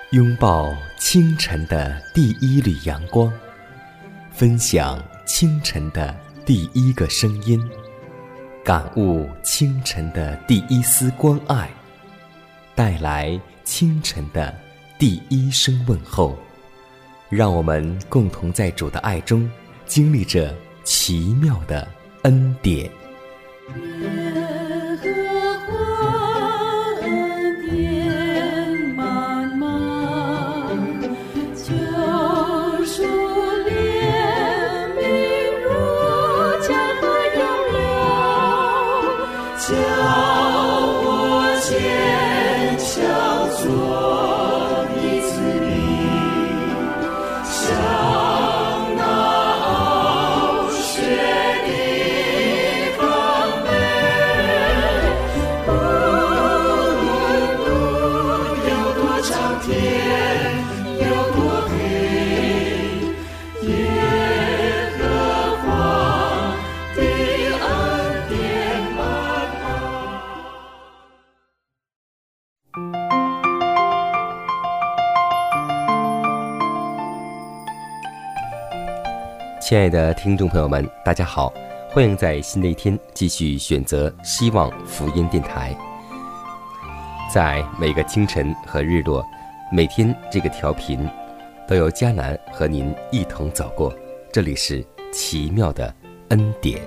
拥抱清晨的第一缕阳光，分享清晨的第一个声音，感悟清晨的第一丝关爱，带来清晨的第一声问候。让我们共同在主的爱中经历着奇妙的恩典。亲爱的听众朋友们，大家好，欢迎在新的一天继续选择希望福音电台。在每个清晨和日落，每天这个调频都由迦南和您一同走过，这里是奇妙的恩典。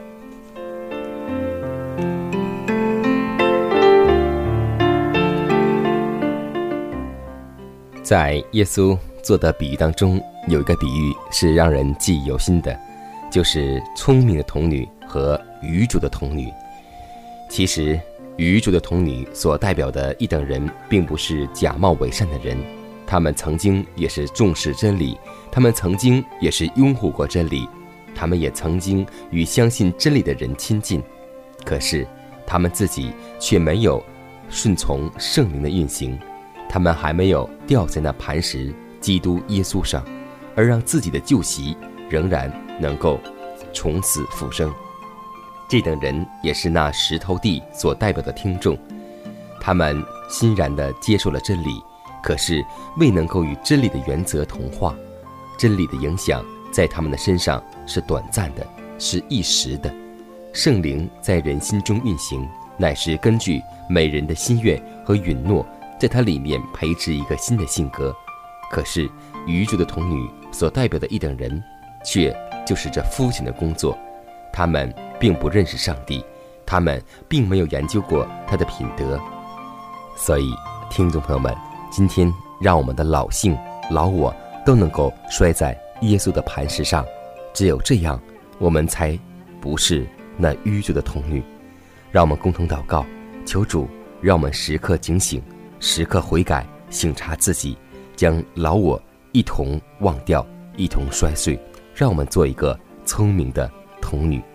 在耶稣做的比喻当中，有一个比喻是让人记忆犹新的，就是聪明的童女和愚拙的童女。其实愚拙的童女所代表的一等人，并不是假冒伪善的人，他们曾经也是重视真理，他们曾经也是拥护过真理，他们也曾经与相信真理的人亲近，可是他们自己却没有顺从圣灵的运行，他们还没有掉在那磐石基督耶稣上，而让自己的旧习仍然能够从死复生。这等人也是那石头地所代表的听众，他们欣然地接受了真理，可是未能够与真理的原则同化。真理的影响在他们的身上是短暂的，是一时的。圣灵在人心中运行，乃是根据每人的心愿和允诺，在他里面培植一个新的性格。可是愚拙的童女所代表的一等人，却就是这肤浅的工作。他们并不认识上帝，他们并没有研究过他的品德。所以听众朋友们，今天让我们的老性老我都能够摔在耶稣的磐石上，只有这样，我们才不是那愚拙的童女。让我们共同祷告，求主让我们时刻警醒，时刻悔改，省察自己，将老我一同忘掉，一同摔碎，让我们做一个聪明的童女。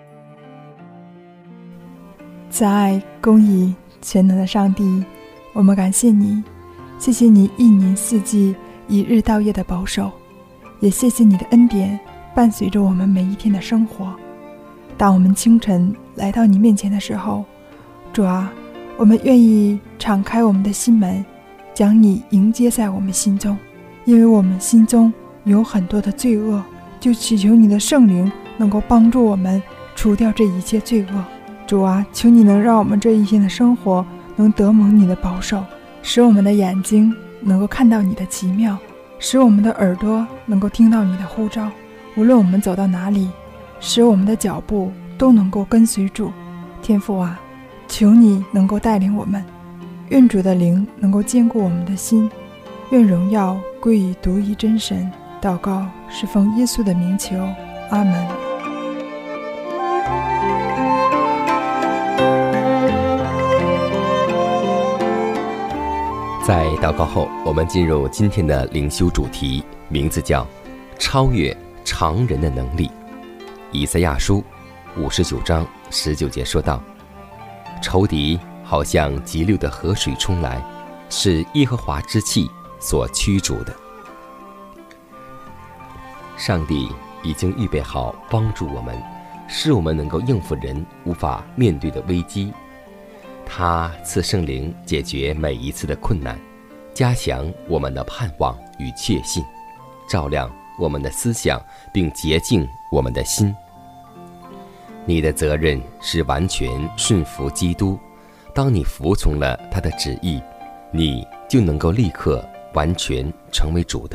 慈爱公义全能的上帝，我们感谢你，谢谢你一年四季一日到夜的保守，也谢谢你的恩典伴随着我们每一天的生活。当我们清晨来到你面前的时候，主啊，我们愿意敞开我们的心门，将你迎接在我们心中，因为我们心中有很多的罪恶，就祈求你的圣灵能够帮助我们除掉这一切罪恶。主啊，求你能让我们这一天的生活能得蒙你的保守，使我们的眼睛能够看到你的奇妙，使我们的耳朵能够听到你的呼召。无论我们走到哪里，使我们的脚步都能够跟随主。天父啊，求你能够带领我们，愿主的灵能够坚固我们的心，愿荣耀归于独一真神。祷告是奉耶稣的名求，阿门。 在祷告后，我们进入今天的灵修主题，名字叫超越常人的能力。以赛亚书59章19节说道，仇敌好像急流的河水冲来，是耶和华之气所驱逐的。上帝已经预备好帮助我们，使我们能够应付人无法面对的危机。他赐圣灵解决每一次的困难， 加强我们的盼望与确信，照亮我们的思想，并洁净我们的心。你的责任是完全顺服基督，当你服从了他的旨意，你就能够立刻完全成为主的，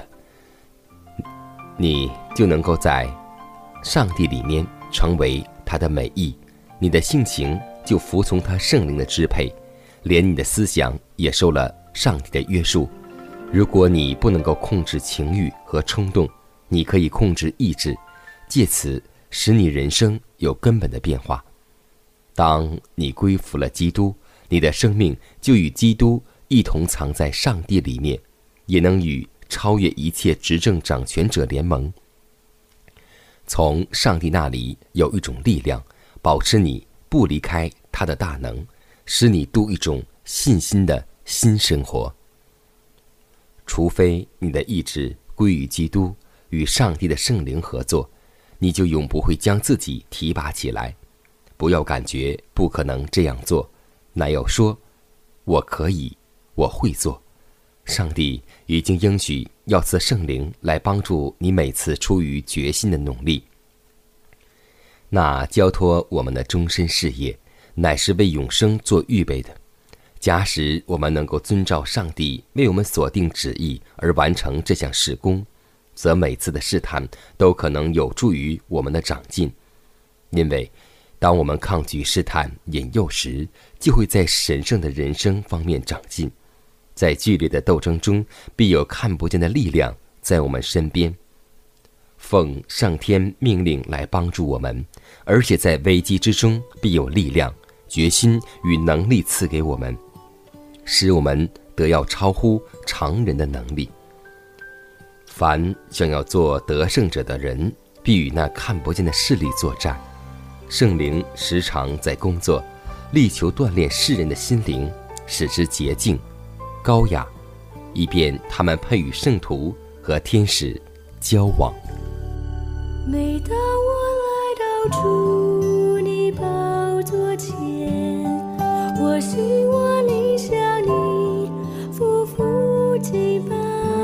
你就能够在上帝里面成为他的美意，你的性情就服从他圣灵的支配，连你的思想也受了上帝的约束。如果你不能够控制情欲和冲动，你可以控制意志，借此使你人生有根本的变化。当你归服了基督，你的生命就与基督一同藏在上帝里面，也能与超越一切执政掌权者联盟。从上帝那里有一种力量，保持你不离开他的大能，使你度一种信心的新生活。除非你的意志归于基督，与上帝的圣灵合作，你就永不会将自己提拔起来。不要感觉不可能这样做，乃要说我可以，我会做。上帝已经应许要赐圣灵来帮助你每次出于决心的努力。那交托我们的终身事业，乃是为永生做预备的。假使我们能够遵照上帝为我们所定旨意而完成这项事工，则每次的试探都可能有助于我们的长进。因为当我们抗拒试探引诱时，就会在神圣的人生方面长进。在剧烈的斗争中，必有看不见的力量在我们身边，奉上天命令来帮助我们，而且在危机之中必有力量、决心与能力赐给我们，使我们得要超乎常人的能力。凡想要做得胜者的人，必与那看不见的势力作战。圣灵时常在工作，力求锻炼世人的心灵，使之洁净、高雅，以便他们配与圣徒和天使交往。 每当我来到主你宝座前，我心我灵向你匍匐敬拜，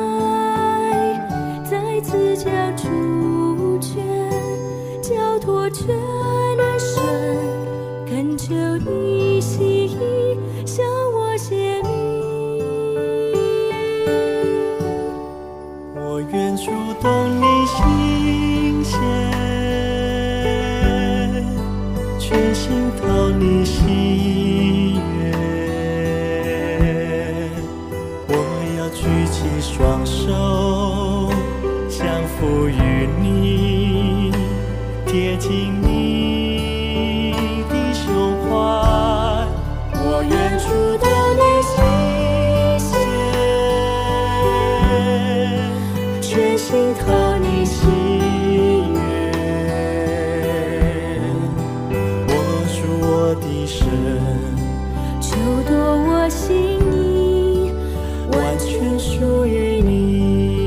再次将主权交托全能神，恳求你心意向我显明。 我愿主动你心弦，全心讨你喜悦。我要举起双手，降服于你，贴近你的胸怀。我愿主动你心弦，全心讨你喜悦。我主我的神， 求夺我心意， 完全属于你。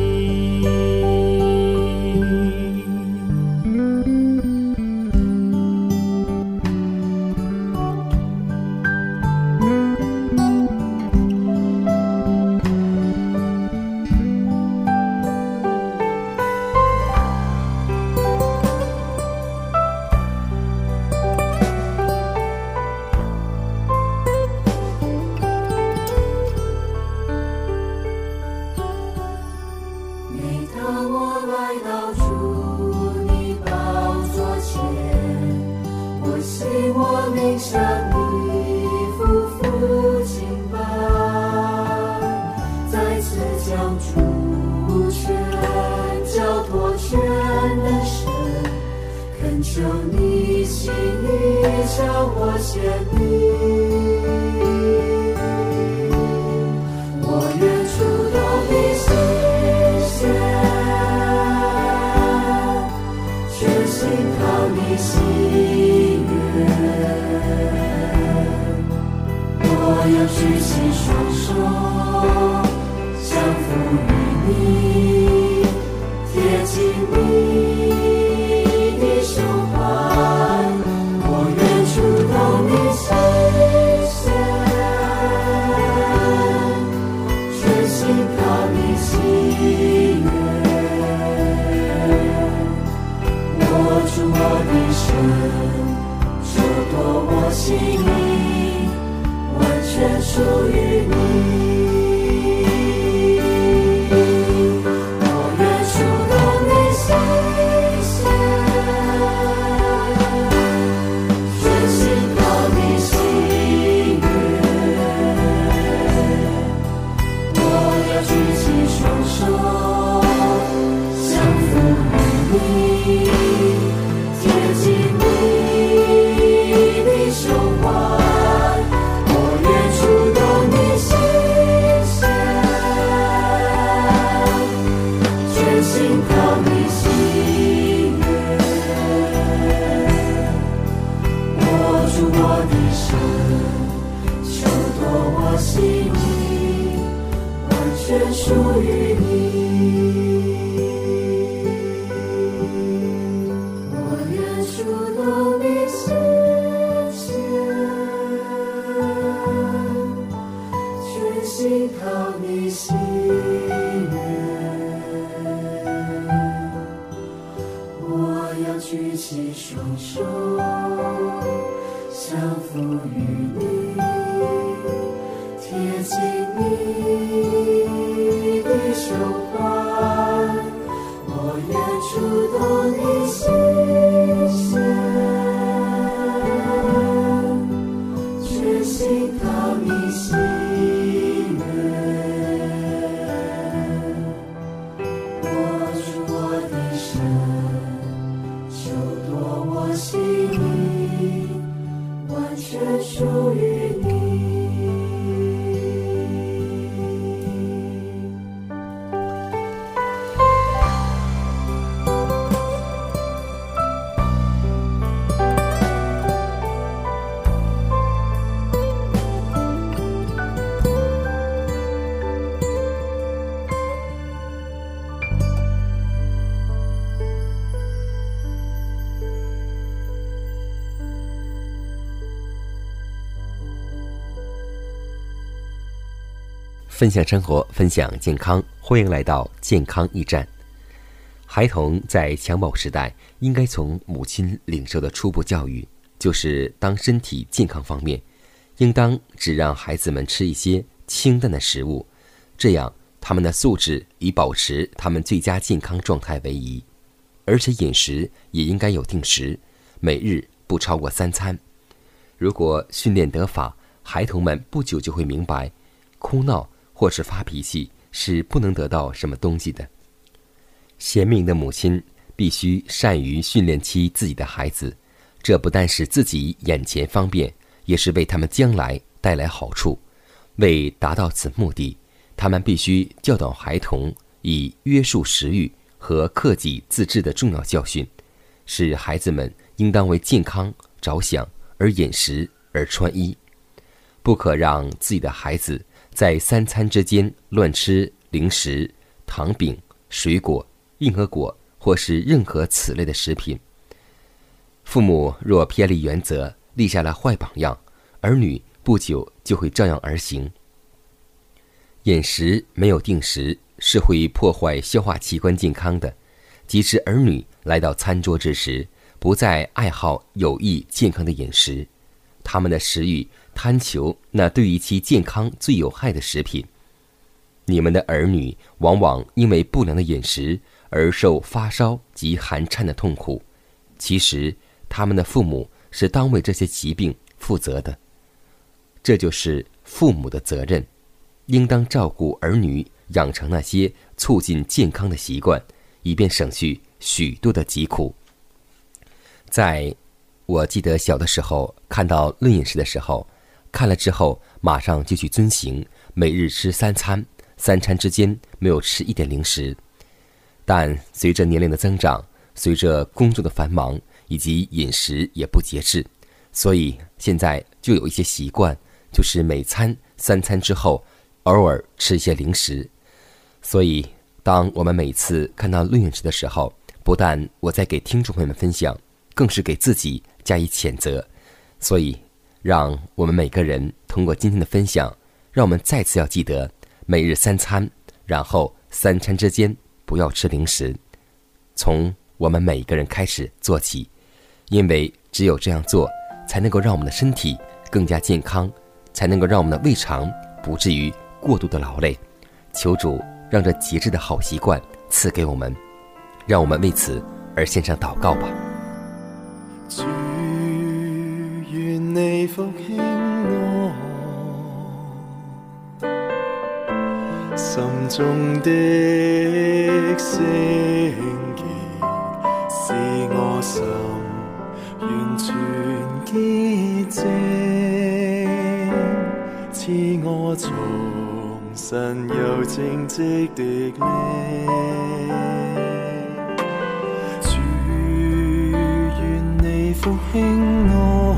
每当我来到主你宝座前，我心我灵向你匍匐敬拜，再次将主权交托全能神，恳求你心意向我显明。我愿主动你心弦，全心讨你喜悦。我要举起双手，降服于你，贴近你的胸怀。我愿主动你心弦，全心心意完全属于你。属于你，我愿触动你心弦，全心讨你喜悦。我要举起双手，降服于你，贴近你手环，我愿触动你心弦，全心讨你喜悦。握住我的手，求夺我心意，完全属于你。 分享生活，分享健康，欢迎来到健康驿站。孩童在襁褓时代应该从母亲领受的初步教育，就是当身体健康方面，应当只让孩子们吃一些清淡的食物，这样他们的素质以保持他们最佳健康状态为宜。而且饮食也应该有定时，每日不超过3餐。如果训练得法，孩童们不久就会明白，哭闹或是发脾气是不能得到什么东西的。贤明的母亲必须善于训练起自己的孩子，这不但使自己眼前方便，也是为他们将来带来好处。为达到此目的，他们必须教导孩童以约束食欲和克己自制的重要教训，使孩子们应当为健康着想而饮食而穿衣，不可让自己的孩子在3餐之间乱吃零食、糖饼、水果、硬核果或是任何此类的食品。父母若偏离原则，立下了坏榜样，儿女不久就会照样而行。饮食没有定时是会破坏消化器官健康的，即使儿女来到餐桌之时，不再爱好有益健康的饮食，他们的食欲贪求那对于其健康最有害的食品。你们的儿女往往因为不良的饮食而受发烧及寒颤的痛苦，其实他们的父母是当为这些疾病负责的。这就是父母的责任，应当照顾儿女养成那些促进健康的习惯，以便省去许多的疾苦。在我记得小的时候看到论饮食的时候，看了之后马上就去遵行，每日吃3餐，3餐之间没有吃一点零食。但随着年龄的增长，随着工作的繁忙以及饮食也不节制，所以现在就有一些习惯，就是每餐3餐之后偶尔吃一些零食。所以当我们每次看到论饮食的时候，不但我在给听众朋友们分享，更是给自己加以谴责。所以让我们每个人通过今天的分享，让我们再次要记得每日3餐，然后3餐之间不要吃零食，从我们每一个人开始做起，因为只有这样做， 才能够让我们的身体更加健康，才能够让我们的胃肠不至于过度的劳累。求主让这节制的好习惯赐给我们，让我们为此而献上祷告吧。 主，願你復興我心中的聖潔，使我心完全潔淨，賜我從神有正直的靈。主，願你復興我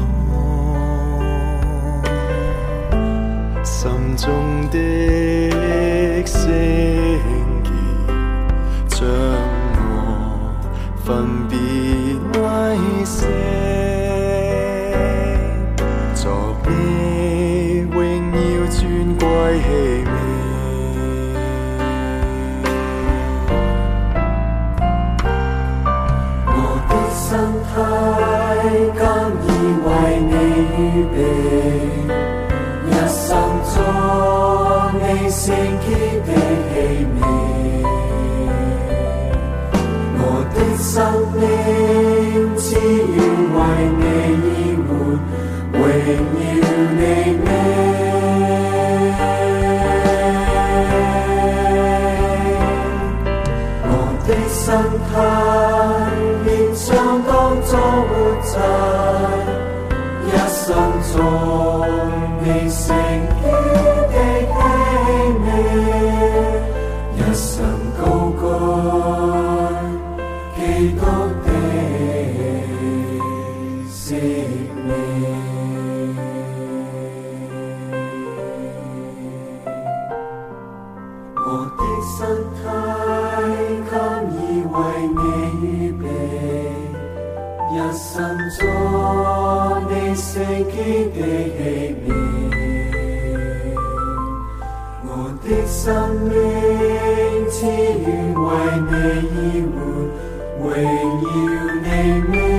心中的聖潔，將我分別為聖，作你榮耀尊貴器皿。我的身體今已為你預備，一生作你聖潔的器皿。我的生命只願為你而活，榮耀你名。我的身體獻上當作活祭，一生作你聖潔的器皿，一生高舉基督的聖名。我的身體今已為你預備，一生作你聖潔的器皿。我的生命只願為你而活，榮耀你名。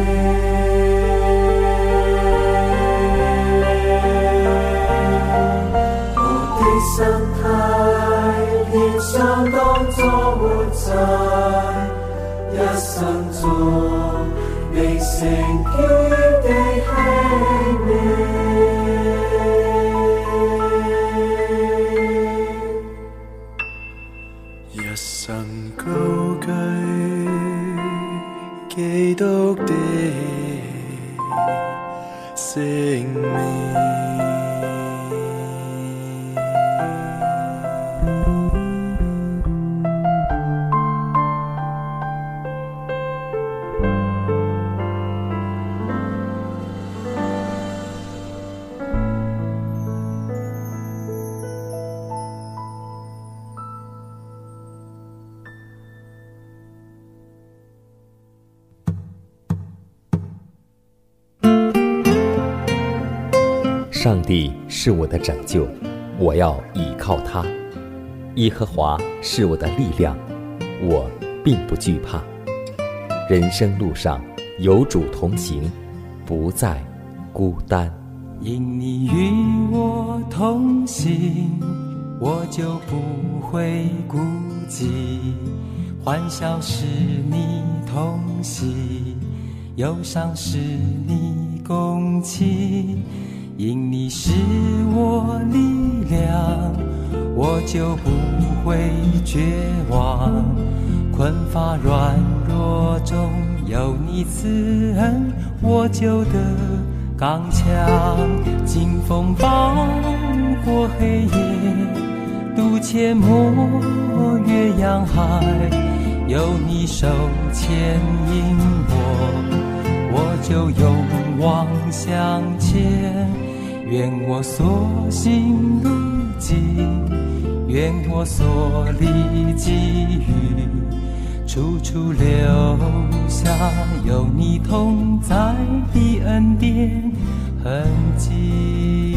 我的身體獻上當作活祭，一生作你聖潔的器皿。一生高舉基督的聖名。 上帝是我的拯救，我要倚靠他。耶和华是我的力量，我并不惧怕。人生路上有主同行，不再孤单。 因你与我同行，我就不会孤寂。欢笑是你同喜，忧伤是你共泣。因你是我力量，我就不会绝望。困乏软弱中有你慈恩，我就得刚强。经风暴过黑夜，渡阡陌越洋海，有你手牵引我就勇往向前。愿我所行路径，愿我所历际遇，处处留下有你同在的恩典痕迹。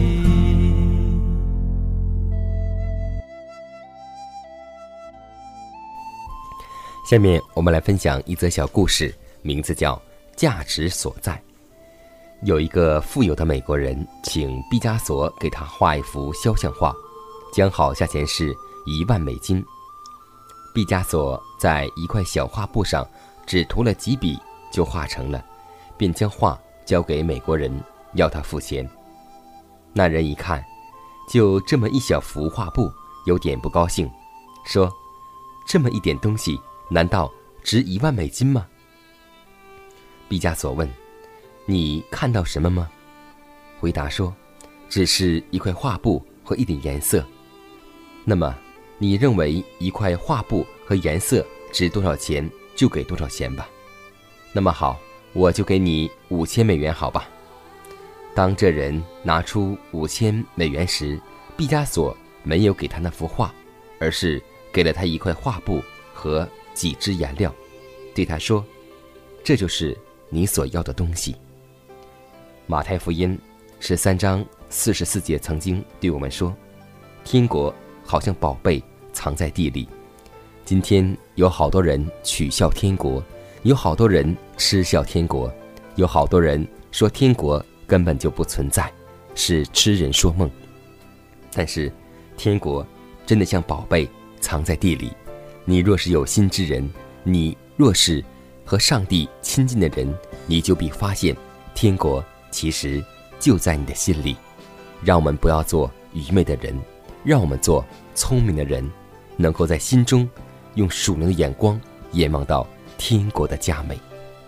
下面我们来分享一则小故事，名字叫价值所在。 有一个富有的美国人请毕加索给他画一幅肖像画，讲好价钱是1万美金。毕加索在一块小画布上只涂了几笔就画成了，便将画交给美国人，要他付钱。那人一看，就这么一小幅画布，有点不高兴，说：这么一点东西，难道值1万美金吗？毕加索问：你看到什么吗？回答说：只是一块画布和一点颜色。那么你认为一块画布和颜色值多少钱就给多少钱吧。那么好，我就给你5000美元好吧。当这人拿出5000美元时，毕加索没有给他那幅画，而是给了他一块画布和几支颜料，对他说：这就是你所要的东西。马太福音13章44节曾经对我们说，天国好像宝贝藏在地里。今天有好多人取笑天国，有好多人嗤笑天国，有好多人说天国根本就不存在，是痴人说梦。但是天国真的像宝贝藏在地里，你若是有心之人，你若是和上帝亲近的人，你就必发现天国其实就在你的心里。让我们不要做愚昧的人，让我们做聪明的人，能够在心中用属灵的眼光眼望到天国的佳美。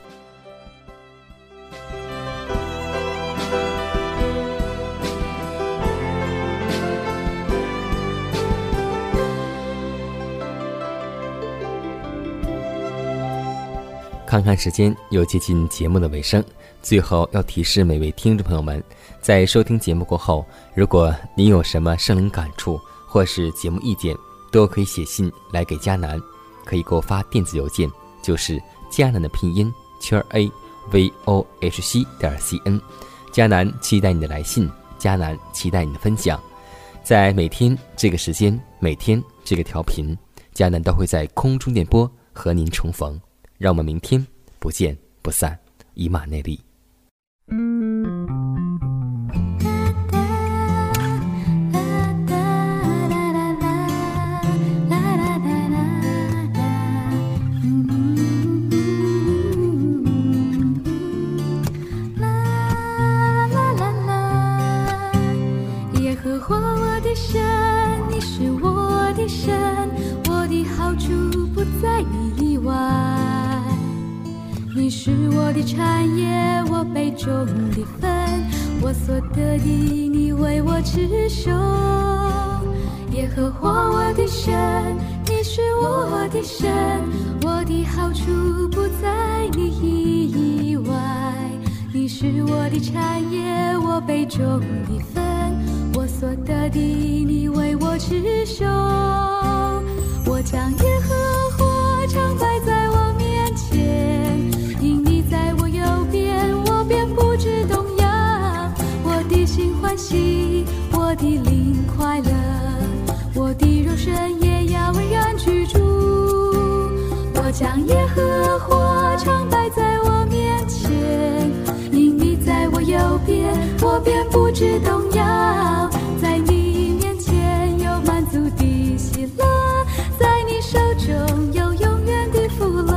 看看时间，又接近节目的尾声，最后要提示每位听众朋友们，在收听节目过后，如果您有什么圣灵感触或是节目意见，都可以写信来给迦南，可以给我发电子邮件，就是迦南的拼音@avohc.cn。迦南期待你的来信，迦南期待你的分享。在每天这个时间，每天这个调频，迦南都会在空中电波和您重逢。让我们明天不见不散，以马内利。 耶和华我的神，你是我的神，我的好处不在你以外。你是我的产业，我杯中的分，我所得的你为我持守。耶和华我的神，你是我的神，我的好处不在你以外。你是我的产业，我杯中的分，我所得的你为我持守。我将耶和华常摆在我面前，因你在我右边，我便不致动摇。我的心欢喜，我的灵快乐，我的肉身也要安然居住。我将耶和华常摆在我面前，因你在我右边，我便不致动摇。在你面前有满足的喜乐，在你手中有永远的福乐。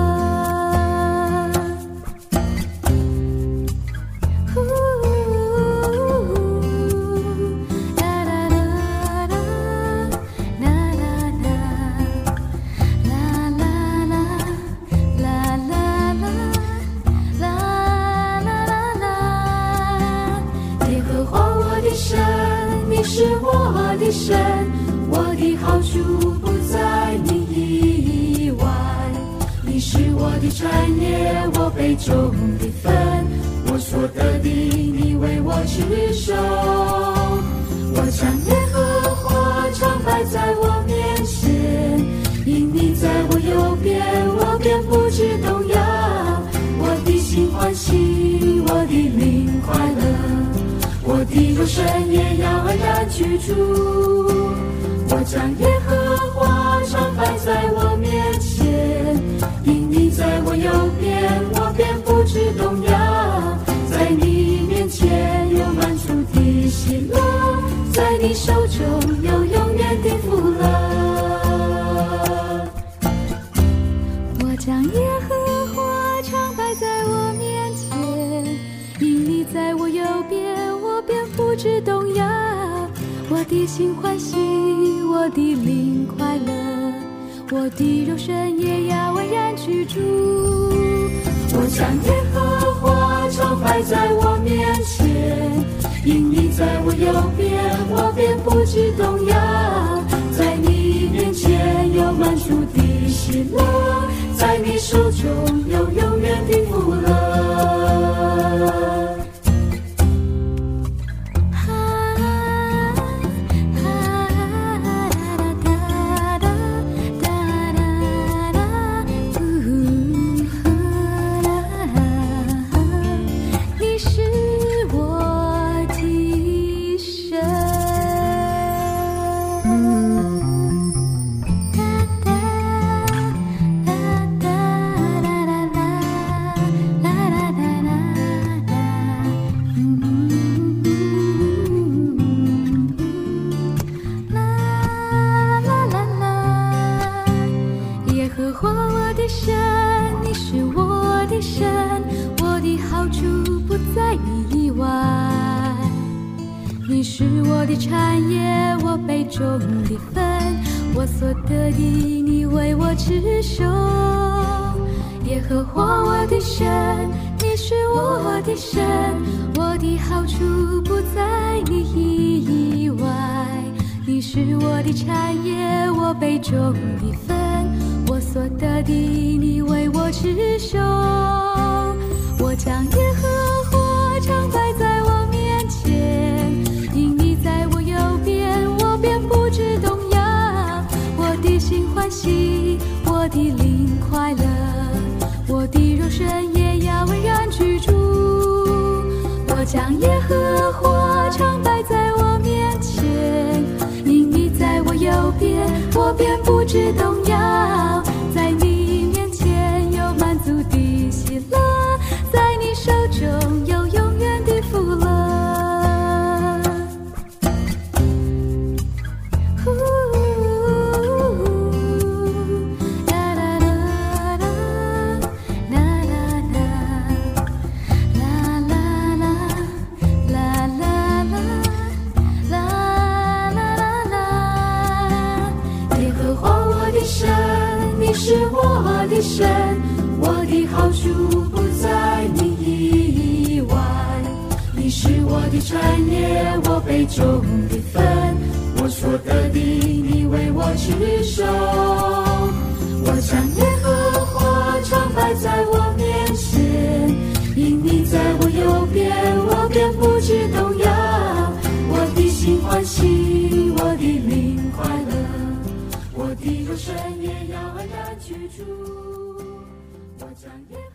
耶和华我的神，你是我的神，我的好处不在你以外。你是我的产业，我杯中的分，我所得的你为我持守。我将耶和华常摆在我面前，因你在我右边，我便不致动摇。我的心欢喜，我的灵快乐，我的肉身也要安然居住。我将耶和华常摆在我面前，因你在我右边，我便不致动摇。在你面你手中有永远的福乐。我将耶和华常摆在我面前，因你在我右边，我便不致动摇。我的心欢喜，我的灵快乐，我的肉身也要安然居住。我将耶和华常摆在我面前，因你在我右边，我便不致动摇。在你面前有满足的喜乐，在你手中有永远的福乐。你是我的产业，我杯中的分，我所得的你为我持守。耶和华我的神，你是我的神，我的好处不在你以外。你是我的产业，我杯中的分，我所得的你为我持守。我将耶和华常摆在我面前，因你在我右边，我便不致动摇。我的心欢喜，我的灵快乐，我的肉身也要安然居住。我将耶和华常摆在我面前，因你在我右边，我便不致动摇。在你面前有满足的喜乐，在你手中有永远的福乐。耶和华我的神，你是我的神，我的好处不在你以外。你是我的产业，我杯中的分，我所得的你为我持守。我将耶和华常摆在我面前，因你在我右边，我便不致动摇。我的心欢喜，我的灵快乐，我的肉身也要安然居住。我将耶